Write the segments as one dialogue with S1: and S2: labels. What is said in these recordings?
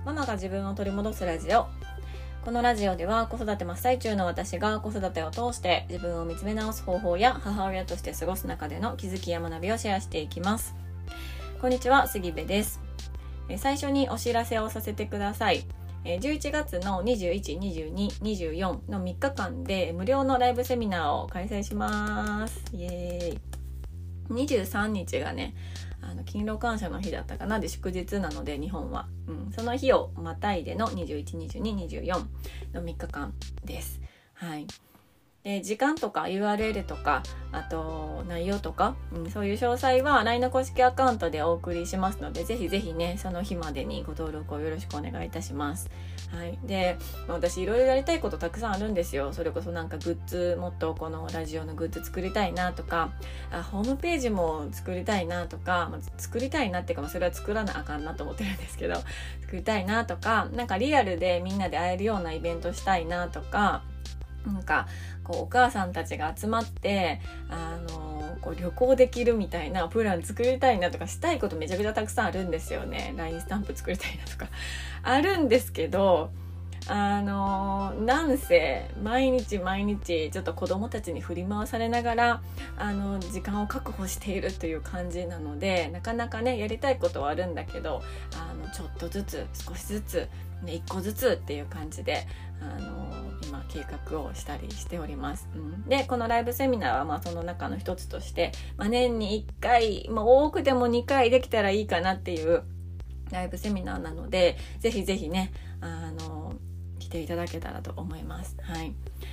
S1: ママが自分を取り戻すラジオ。このラジオでは子育て真っ最中の私が子育てを通して自分を見つめ直す方法や母親として過ごす中での気づきや学びをシェアしていきます。こんにちは、杉部です。最初にお知らせをさせてください。11月の21、22、24の3日間で無料のライブセミナーを開催します。イエーイ。23日がね、勤労感謝の日だったかな。で祝日なので日本は、その日をまたいでの21、22、24の3日間です。はい。で時間とか URL とかあと内容とか、そういう詳細は LINE の公式アカウントでお送りしますので、ぜひぜひねその日までにご登録をよろしくお願いいたします。はい。で私いろいろやりたいことたくさんあるんですよ。それこそなんかグッズ、もっとこのラジオのグッズ作りたいなとか、ホームページも作りたいなとか、作りたいなっていうかそれは作らなあかんなと思ってるんですけど、作りたいなとか、なんかリアルでみんなで会えるようなイベントしたいなとか、なんかこうお母さんたちが集まってこう旅行できるみたいなプラン作りたいなとか、したいことめちゃくちゃたくさんあるんですよね。 LINE スタンプ作りたいなとかあるんですけど、なんせ毎日ちょっと子供たちに振り回されながら時間を確保しているという感じなので、なかなかねやりたいことはあるんだけど、ちょっとずつ少しずつ、ね、1個ずつっていう感じで今計画をしたりしております。でこのライブセミナーはその中の一つとして、年に1回、多くても2回できたらいいかなっていうライブセミナーなので、ぜひぜひね来ていただけたらと思います。はい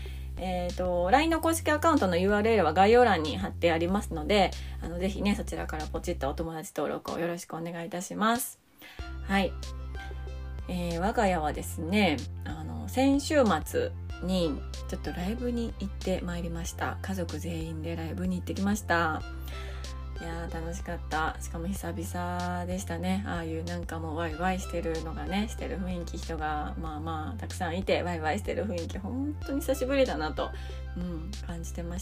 S1: 。LINE の公式アカウントの URL は概要欄に貼ってありますので、ぜひねそちらからポチッとお友達登録をよろしくお願いいたします。はい。我が家はですね先週末にちょっとライブに行ってまいりました。家族全員でライブに行ってきました。いやー楽しかった。しかも久々でしたね。ああいうなんかもうワイワイしてるのがね、してる雰囲気、人がたくさんいてワイワイしてる雰囲気、本当に久しぶりだなと、感じてました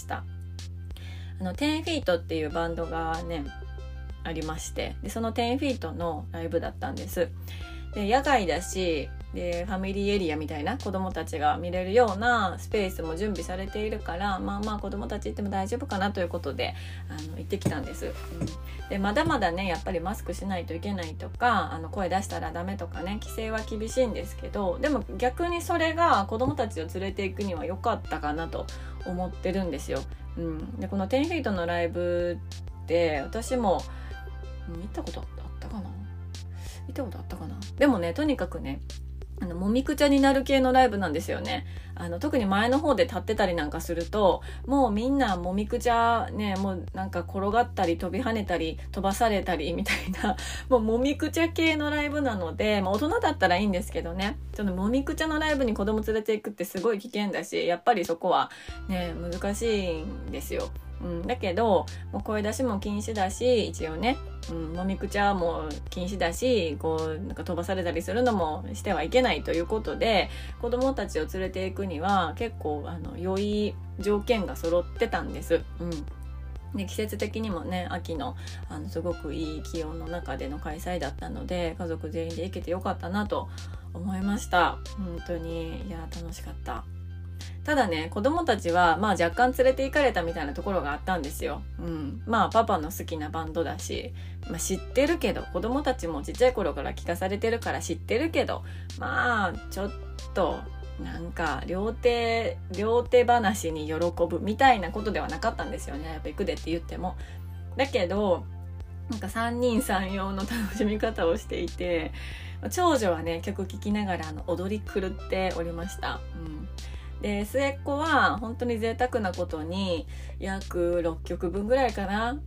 S1: 。10フィートっていうバンドがねありまして、でその10フィートのライブだったんです。で野外だし、でファミリーエリアみたいな子どもたちが見れるようなスペースも準備されているから、子どもたち行っても大丈夫かなということで行ってきたんです。でまだまだねやっぱりマスクしないといけないとか、声出したらダメとかね規制は厳しいんですけど、でも逆にそれが子どもたちを連れていくには良かったかなと思ってるんですよ。でこの10フィートのライブって私も行ったことあったかな。でもねとにかくねもみくちゃになる系のライブなんですよね。特に前の方で立ってたりなんかすると、もうみんなもみくちゃね、もうなんか転がったり飛び跳ねたり飛ばされたりみたいなもみくちゃ系のライブなので、大人だったらいいんですけどね、そのもみくちゃのライブに子供連れていくってすごい危険だし、やっぱりそこはね難しいんですよ。だけどもう声出しも禁止だし、一応ね、もみくちゃも禁止だし、なんか飛ばされたりするのもしてはいけないということで、子供たちを連れていくには結構良い条件が揃ってたんです。で季節的にもね秋のすごくいい気温の中での開催だったので、家族全員で行けてよかったなと思いました。本当に楽しかった。ただね子供たちは若干連れて行かれたみたいなところがあったんですよ。パパの好きなバンドだし、知ってるけど、子供たちもちっちゃい頃から聞かされてるから知ってるけど、ちょっとなんか両手話に喜ぶみたいなことではなかったんですよね。やっぱ行くでって言っても。だけどなんか三人三様の楽しみ方をしていて、長女はね曲聴きながら踊り狂っておりました。で末っ子は本当に贅沢なことに約6曲分ぐらいかな、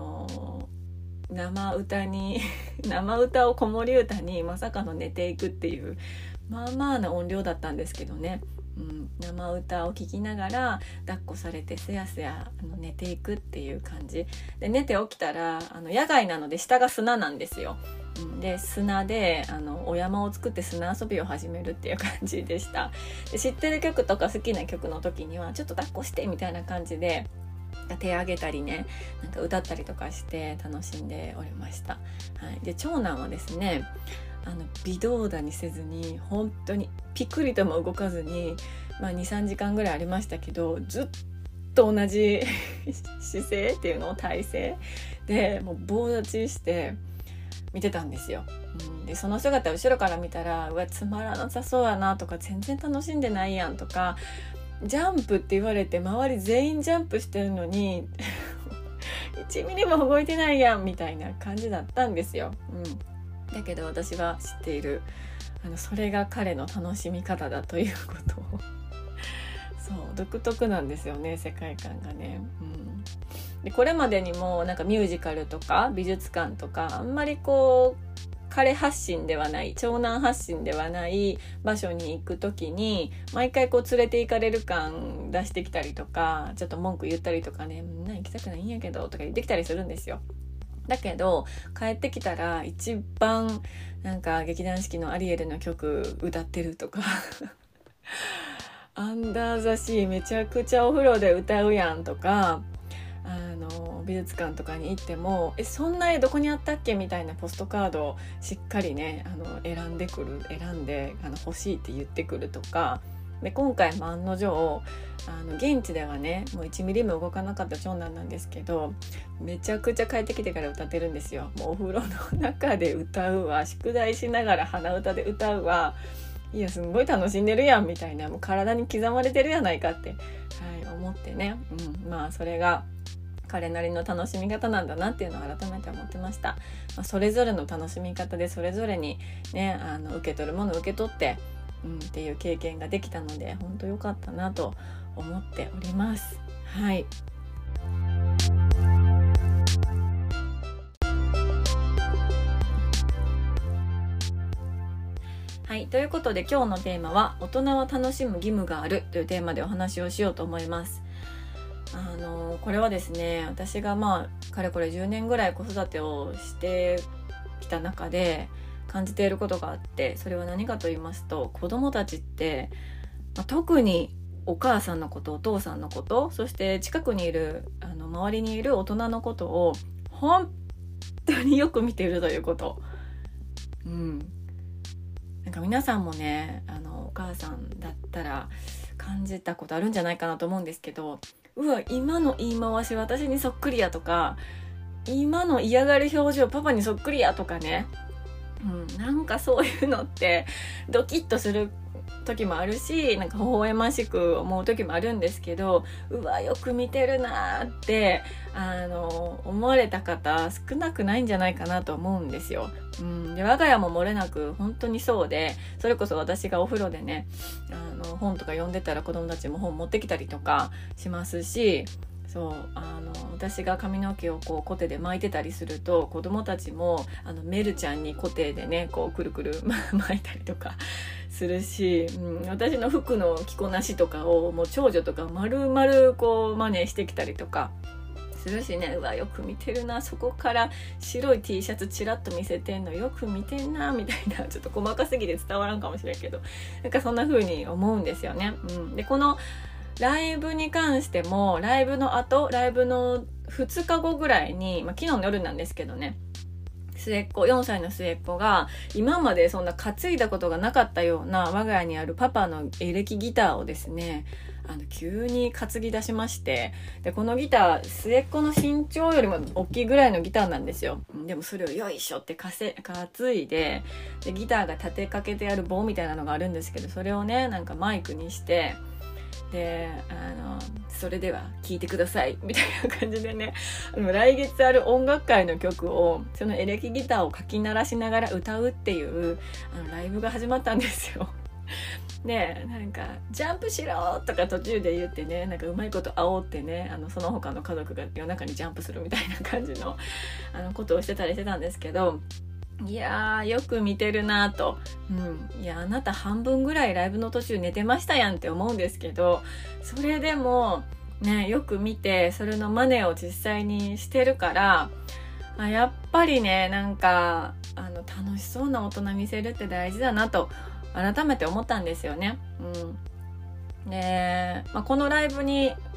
S1: 生歌を子守歌にまさかの寝ていくっていうな音量だったんですけどね。生歌を聴きながら抱っこされてすやすや寝ていくっていう感じで、寝て起きたら野外なので下が砂なんですよ。で砂でお山を作って砂遊びを始めるっていう感じでした。で知ってる曲とか好きな曲の時にはちょっと抱っこしてみたいな感じで手挙げたりね、なんか歌ったりとかして楽しんでおりました。はい、で長男はですね、微動だにせずに本当にピクリとも動かずに、2、3時間ぐらいありましたけど、ずっと同じ姿勢っていうのを体勢でもう棒立ちして見てたんですよ。でその姿を後ろから見たら、うわつまらなさそうやなとか、全然楽しんでないやんとか、ジャンプって言われて周り全員ジャンプしてるのに1ミリも動いてないやんみたいな感じだったんですよ。だけど私は知っている、それが彼の楽しみ方だということをそう独特なんですよね、世界観がね。でこれまでにもなんかミュージカルとか美術館とか、あんまりこう彼発信ではない、長男発信ではない場所に行くときに毎回こう連れて行かれる感出してきたりとか、ちょっと文句言ったりとかね、みんな行きたくないんやけどとか言ってきたりするんですよ。だけど帰ってきたら一番なんか劇団四季のアリエルの曲歌ってるとかアンダーザシーめちゃくちゃお風呂で歌うやんとか、美術館とかに行ってもそんな絵どこにあったっけみたいなポストカードをしっかりね選んで欲しいって言ってくるとかで、今回も案の定現地ではねもう1ミリも動かなかった長男なんですけど、めちゃくちゃ帰ってきてから歌ってるんですよ。もうお風呂の中で歌うわ、宿題しながら鼻歌で歌うわ、いやすんごい楽しんでるやんみたいな、もう体に刻まれてるやないかって、思ってね、それが彼なりの楽しみ方なんだなっていうのを改めて思ってました。それぞれの楽しみ方でそれぞれにね受け取るものを受け取って、っていう経験ができたので本当良かったなと思っております。はい。はい、ということで今日のテーマは大人は楽しむ義務があるというテーマでお話をしようと思います。これはですね、私がかれこれ10年ぐらい子育てをしてきた中で感じていることがあって、それは何かと言いますと、子供たちって、特にお母さんのこと、お父さんのこと、そして近くにいる周りにいる大人のことを本当によく見ているということ。なんか皆さんもねお母さんだったら感じたことあるんじゃないかなと思うんですけど、うわ今の言い回し私にそっくりやとか、今の嫌がる表情パパにそっくりやとかね、なんかそういうのってドキッとする時もあるし、なんか微笑ましく思う時もあるんですけど、うわよく見てるなって思われた方少なくないんじゃないかなと思うんですよ。で我が家も漏れなく本当にそうで、それこそ私がお風呂でね本とか読んでたら子供たちも本持ってきたりとかしますし、そう私が髪の毛をこうコテで巻いてたりすると子供たちもメルちゃんにコテでねこうくるくる巻いたりとかするし、私の服の着こなしとかをもう長女とか丸々こう真似してきたりとかするしね、うわよく見てるな、そこから白い T シャツチラッと見せてんのよく見てんなみたいな、ちょっと細かすぎて伝わらんかもしれんけど、なんかそんな風に思うんですよね。でこのライブに関してもライブの2日後ぐらいに、昨日の夜なんですけどね、4歳の末っ子が今までそんな担いだことがなかったような我が家にあるパパのエレキギターをですね急に担ぎ出しまして、でこのギター末っ子の身長よりも大きいぐらいのギターなんですよ。でもそれをよいしょって担いで、ギターが立てかけてある棒みたいなのがあるんですけど、それをねなんかマイクにしてでそれでは聴いてくださいみたいな感じでね来月ある音楽会の曲をそのエレキギターをかき鳴らしながら歌うっていうライブが始まったんですよ。でなんかジャンプしろとか途中で言ってね、なんかうまいこと煽ってねその他の家族が夜中にジャンプするみたいな感じのことをしてたりしてたんですけど、いやーよく見てるなと、いやあなた半分ぐらいライブの途中寝てましたやんって思うんですけど、それでもねよく見てそれの真似を実際にしてるから、やっぱりねなんか楽しそうな大人見せるって大事だなと改めて思ったんですよね。で、このライブに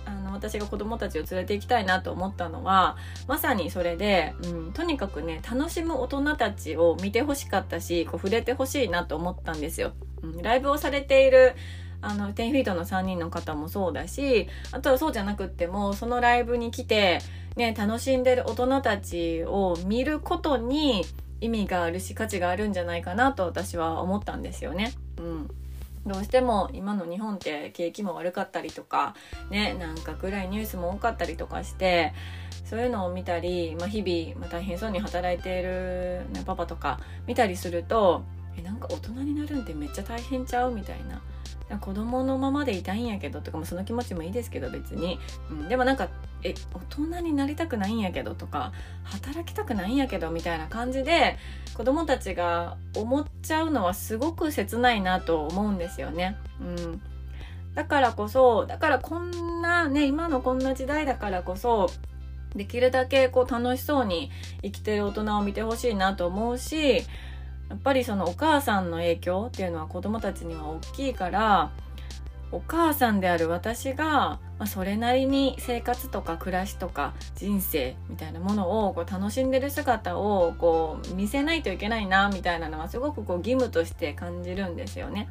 S1: 私が子供たちを連れて行きたいなと思ったのはまさにそれで、とにかくね楽しむ大人たちを見てほしかったし触れてほしいなと思ったんですよ。ライブをされている10フィートの3人の方もそうだし、あとはそうじゃなくってもそのライブに来て、楽しんでる大人たちを見ることに意味があるし価値があるんじゃないかなと私は思ったんですよね。どうしても今の日本って景気も悪かったりとかなんか暗いニュースも多かったりとかして、そういうのを見たり、日々、大変そうに働いている、パパとか見たりするとなんか大人になるんってめっちゃ大変ちゃうみたいな、子供のままでいたいんやけどとかもその気持ちもいいですけど別に、でもなんか大人になりたくないんやけどとか働きたくないんやけどみたいな感じで子供たちが思っちゃうのはすごく切ないなと思うんですよね。だからこんな今のこんな時代だからこそできるだけ楽しそうに生きてる大人を見てほしいなと思うし、やっぱりそのお母さんの影響っていうのは子供たちには大きいから、お母さんである私が、それなりに生活とか暮らしとか人生みたいなものを楽しんでる姿を見せないといけないなみたいなのはすごく義務として感じるんですよね。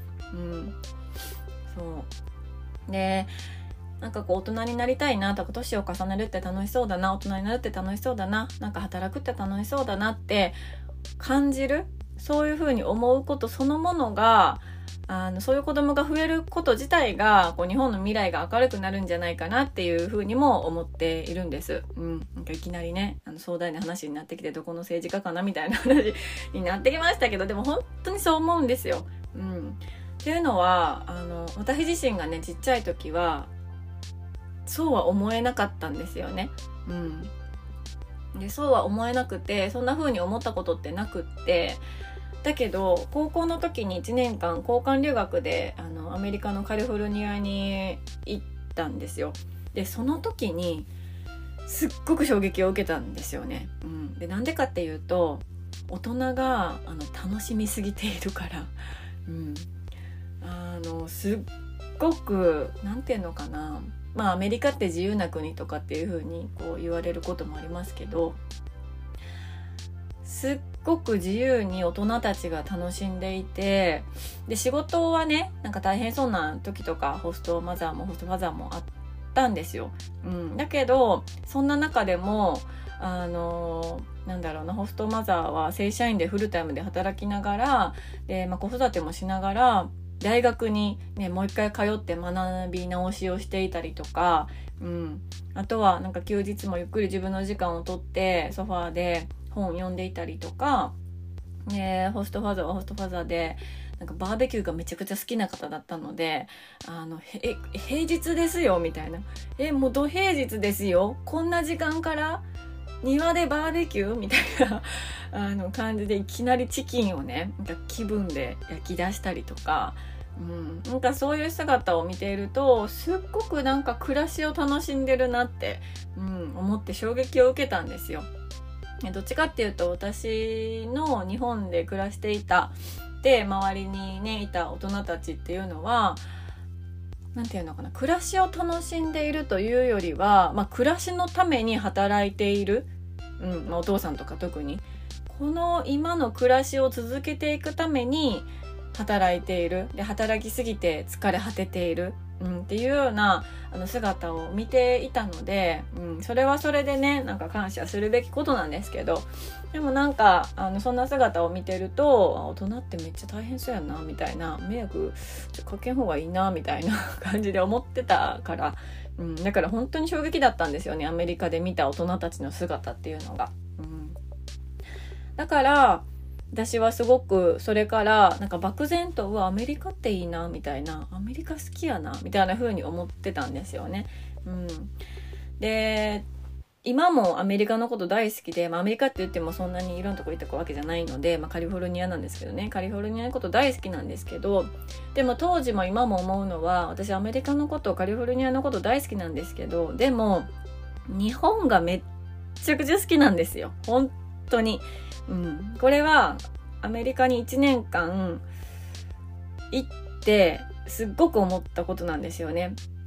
S1: そうでなんか大人になりたいなとか年を重ねるって楽しそうだな、大人になるって楽しそうだな、なんか働くって楽しそうだなって感じる、そういうふうに思うことそのものがそういう子供が増えること自体が日本の未来が明るくなるんじゃないかなっていうふうにも思っているんです。なんかいきなり壮大な話になってきてどこの政治家かなみたいな話になってきましたけど、でも本当にそう思うんですよ。っていうのは私自身がねちっちゃい時はそうは思えなかったんですよね。でそうは思えなくて、そんな風に思ったことってなくって、だけど高校の時に1年間交換留学でアメリカのカリフォルニアに行ったんですよ。でその時にすっごく衝撃を受けたんですよね。でなんでかっていうと大人が楽しみすぎているから、すっごくなんていうのかな、アメリカって自由な国とかっていう風に言われることもありますけど、すっごく自由に大人たちが楽しんでいて、で仕事はねなんか大変そうな時とかホストマザーもホストファザーもあったんですよ。だけどそんな中でもなんだろうな、ホストマザーは正社員でフルタイムで働きながらで、子育てもしながら大学にもう一回通って学び直しをしていたりとか、あとはなんか休日もゆっくり自分の時間をとってソファーで本を読んでいたりとか、ホストファザーはホストファザーでなんかバーベキューがめちゃくちゃ好きな方だったので平日ですよみたいな、もう土平日ですよ、こんな時間から庭でバーベキューみたいな感じでいきなりチキンをねなんか気分で焼き出したりとか、なんかそういう姿を見ているとすっごくなんか暮らしを楽しんでるなって、思って衝撃を受けたんですよ。どっちかっていうと私の日本で暮らしていたで周りにねいた大人たちっていうのはなんていうのかな、暮らしを楽しんでいるというよりは、暮らしのために働いている、お父さんとか特にこの今の暮らしを続けていくために働いている、で働きすぎて疲れ果てている、っていうような姿を見ていたので、それはそれでねなんか感謝するべきことなんですけど、でもなんかそんな姿を見てると大人ってめっちゃ大変そうやなみたいな、迷惑かけん方がいいなみたいな感じで思ってたから、だから本当に衝撃だったんですよね、アメリカで見た大人たちの姿っていうのが。だから私はすごくそれからなんか漠然とアメリカっていいなみたいな、アメリカ好きやなみたいな風に思ってたんですよね。で今もアメリカのこと大好きで、アメリカって言ってもそんなにいろんなとこ行ったわけじゃないので、カリフォルニアなんですけどね、カリフォルニアのこと大好きなんですけど、でも当時も今も思うのは私アメリカのことカリフォルニアのこと大好きなんですけど、でも日本がめっちゃくちゃ好きなんですよ本当に。これはアメリカに1年間行ってすっごく思ったことなんですよね。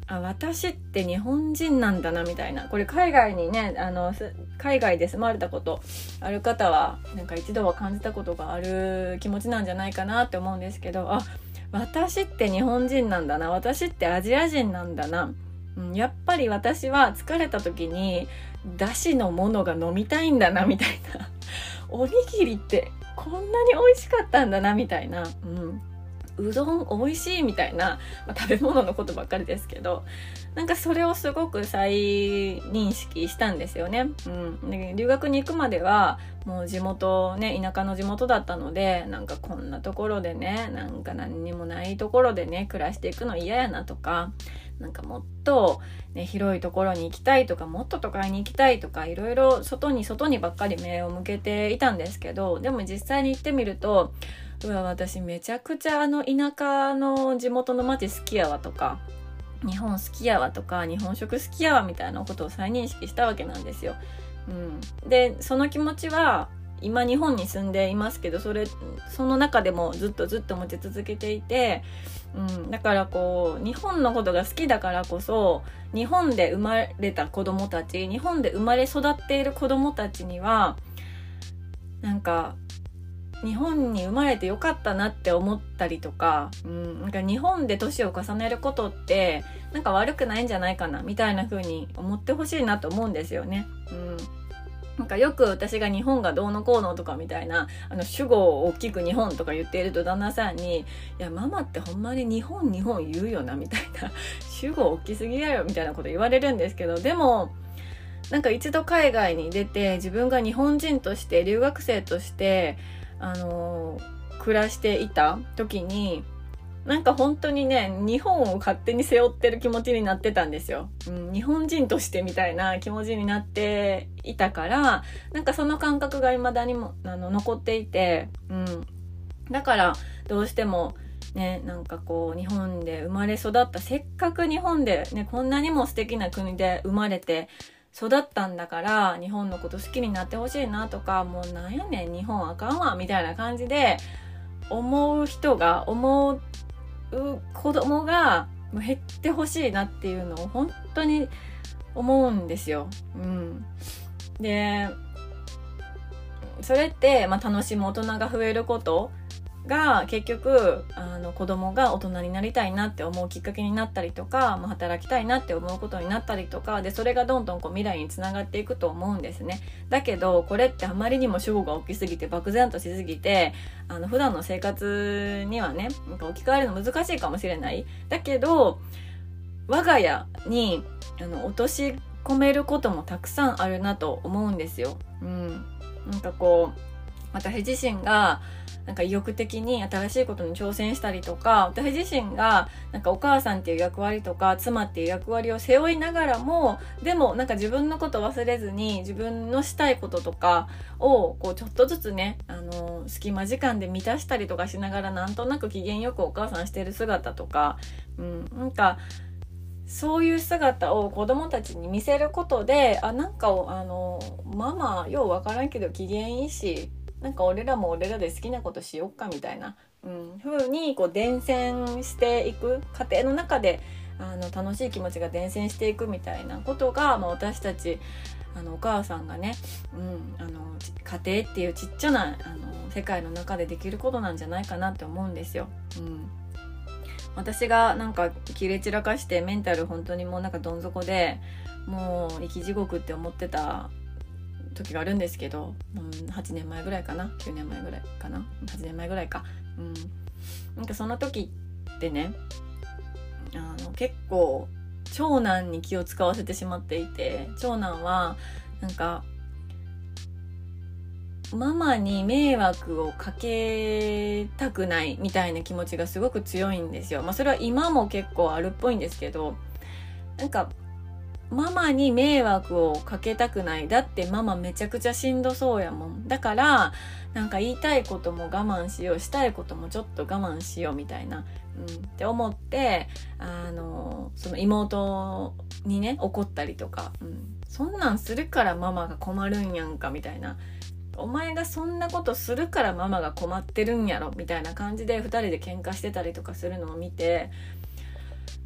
S1: 私って日本人なんだなみたいな、これ海外にね海外で住まれたことある方はなんか一度は感じたことがある気持ちなんじゃないかなって思うんですけど、私って日本人なんだな、私ってアジア人なんだな、やっぱり私は疲れた時にだしのものが飲みたいんだなみたいなおにぎりってこんなに美味しかったんだなみたいな、うどん美味しいみたいな、食べ物のことばっかりですけど、なんかそれをすごく再認識したんですよね。で留学に行くまではもう地元ね、田舎の地元だったので、なんかこんなところでね、なんか何にもないところでね暮らしていくの嫌やなとか、なんかもっと、ね、広いところに行きたいとか、もっと都会に行きたいとか、いろいろ外にばっかり目を向けていたんですけど、でも実際に行ってみると、私めちゃくちゃ田舎の地元の町好きやわとか、日本好きやわとか、日本食好きやわみたいなことを再認識したわけなんですよ。でその気持ちは今日本に住んでいますけど、その中でもずっと持ち続けていて、だからこう日本のことが好きだからこそ、日本で生まれた子供たち、日本で生まれ育っている子供たちにはなんか日本に生まれてよかったなって思ったりとか、なんか日本で年を重ねることってなんか悪くないんじゃないかなみたいな風に思ってほしいなと思うんですよね。なんかよく私が日本がどうのこうのとかみたいな主語を大きく日本とか言っていると旦那さんに、いやママってほんまに日本言うよなみたいな、主語大きすぎやよみたいなこと言われるんですけど、でもなんか一度海外に出て自分が日本人として留学生として暮らしていた時に、なんか本当にね日本を勝手に背負ってる気持ちになってたんですよ。日本人としてみたいな気持ちになっていたから、なんかその感覚が未だにも残っていて、だからどうしてもね、なんかこう日本で生まれ育った、せっかく日本でねこんなにも素敵な国で生まれて育ったんだから日本のこと好きになってほしいなとか、もうなんやねん日本あかんわみたいな感じで思う子供が減ってほしいなっていうのを本当に思うんですよ。でそれって楽しむ大人が増えることが結局子供が大人になりたいなって思うきっかけになったりとか、働きたいなって思うことになったりとかで、それがどんどん未来につながっていくと思うんですね。だけどこれってあまりにも主語が大きすぎて漠然としすぎて普段の生活にはねなんか置き換えるの難しいかもしれない。だけど我が家に落とし込めることもたくさんあるなと思うんですよ。なんかこう私自身がなんか意欲的に新しいことに挑戦したりとか、私自身がなんかお母さんっていう役割とか妻っていう役割を背負いながらも、でもなんか自分のことを忘れずに自分のしたいこととかをこうちょっとずつね隙間時間で満たしたりとかしながら、なんとなく機嫌よくお母さんしてる姿とか、なんかそういう姿を子供たちに見せることで、なんかママようわからんけど機嫌いいし、なんか俺らも俺らで好きなことしよっかみたいな、風にこう伝染していく過程の中で楽しい気持ちが伝染していくみたいなことが、私たちお母さんがね、家庭っていうちっちゃな世界の中でできることなんじゃないかなって思うんですよ。私がなんか切れ散らかしてメンタル本当にもうなんかどん底でもう生き地獄って思ってた時があるんですけど、8年前ぐらいかな9年前ぐらいかな8年前ぐらいか、なんかその時ってね結構長男に気を使わせてしまっていて、長男はなんかママに迷惑をかけたくないみたいな気持ちがすごく強いんですよ。それは今も結構あるっぽいんですけど、なんかママに迷惑をかけたくない。だってママめちゃくちゃしんどそうやもん。だからなんか言いたいことも我慢しよう、したいこともちょっと我慢しようみたいな、って思ってその妹にね怒ったりとか、そんなんするからママが困るんやんかみたいな、お前がそんなことするからママが困ってるんやろみたいな感じで2人で喧嘩してたりとかするのを見て、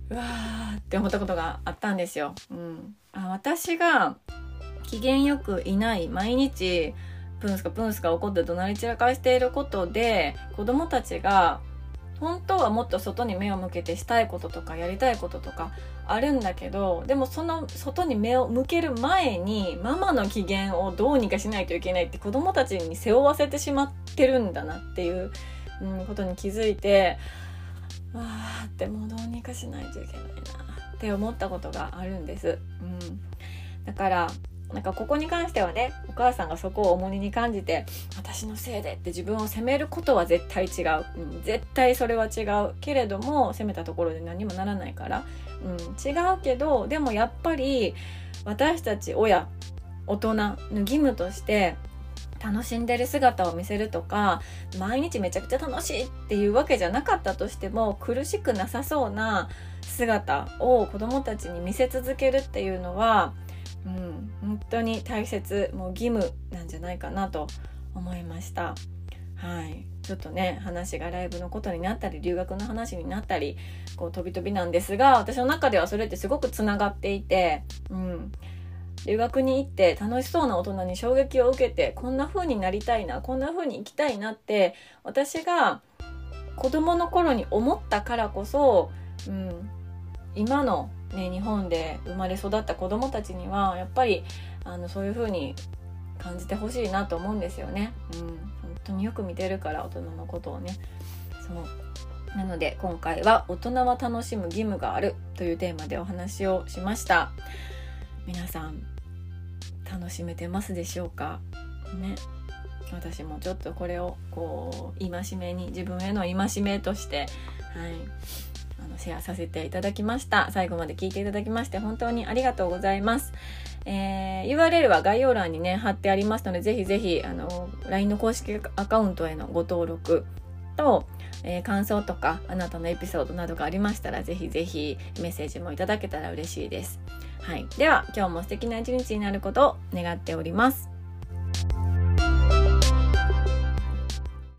S1: うわーって思ったことがあったんですよ。私が機嫌よくいない、毎日プンスカ怒って怒鳴り散らかしていることで、子供たちが本当はもっと外に目を向けてしたいこととかやりたいこととかあるんだけど、でもその外に目を向ける前にママの機嫌をどうにかしないといけないって子供たちに背負わせてしまってるんだなっていう、ことに気づいて、でもどうにかしないといけないなって思ったことがあるんです。だからなんかここに関してはね、お母さんがそこを重荷に感じて私のせいでって自分を責めることは絶対違う、絶対それは違うけれども、責めたところで何もならないから、違うけど、でもやっぱり私たち親、大人の義務として楽しんでる姿を見せるとか、毎日めちゃくちゃ楽しいっていうわけじゃなかったとしても、苦しくなさそうな姿を子供たちに見せ続けるっていうのは本当に大切、もう義務なんじゃないかなと思いました。ちょっとね、話がライブのことになったり留学の話になったり飛び飛びなんですが、私の中ではそれってすごくつながっていて、留学に行って楽しそうな大人に衝撃を受けて、こんな風になりたいな、こんな風に生きたいなって私が子供の頃に思ったからこそ、今の日本で生まれ育った子供たちにはやっぱりそういう風に感じてほしいなと思うんですよね。本当によく見てるから、大人のことをね。そうなので今回は大人は楽しむ義務があるというテーマでお話をしました。皆さん楽しめてますでしょうかね。私もちょっとこれを戒めに、自分への戒めとしてシェアさせていただきました。最後まで聞いていただきまして本当にありがとうございます。URL は概要欄にね貼ってありますので、ぜひぜひLINE の公式アカウントへのご登録と、感想とかあなたのエピソードなどがありましたら、ぜひぜひメッセージもいただけたら嬉しいです。では今日も素敵な一日になることを願っております。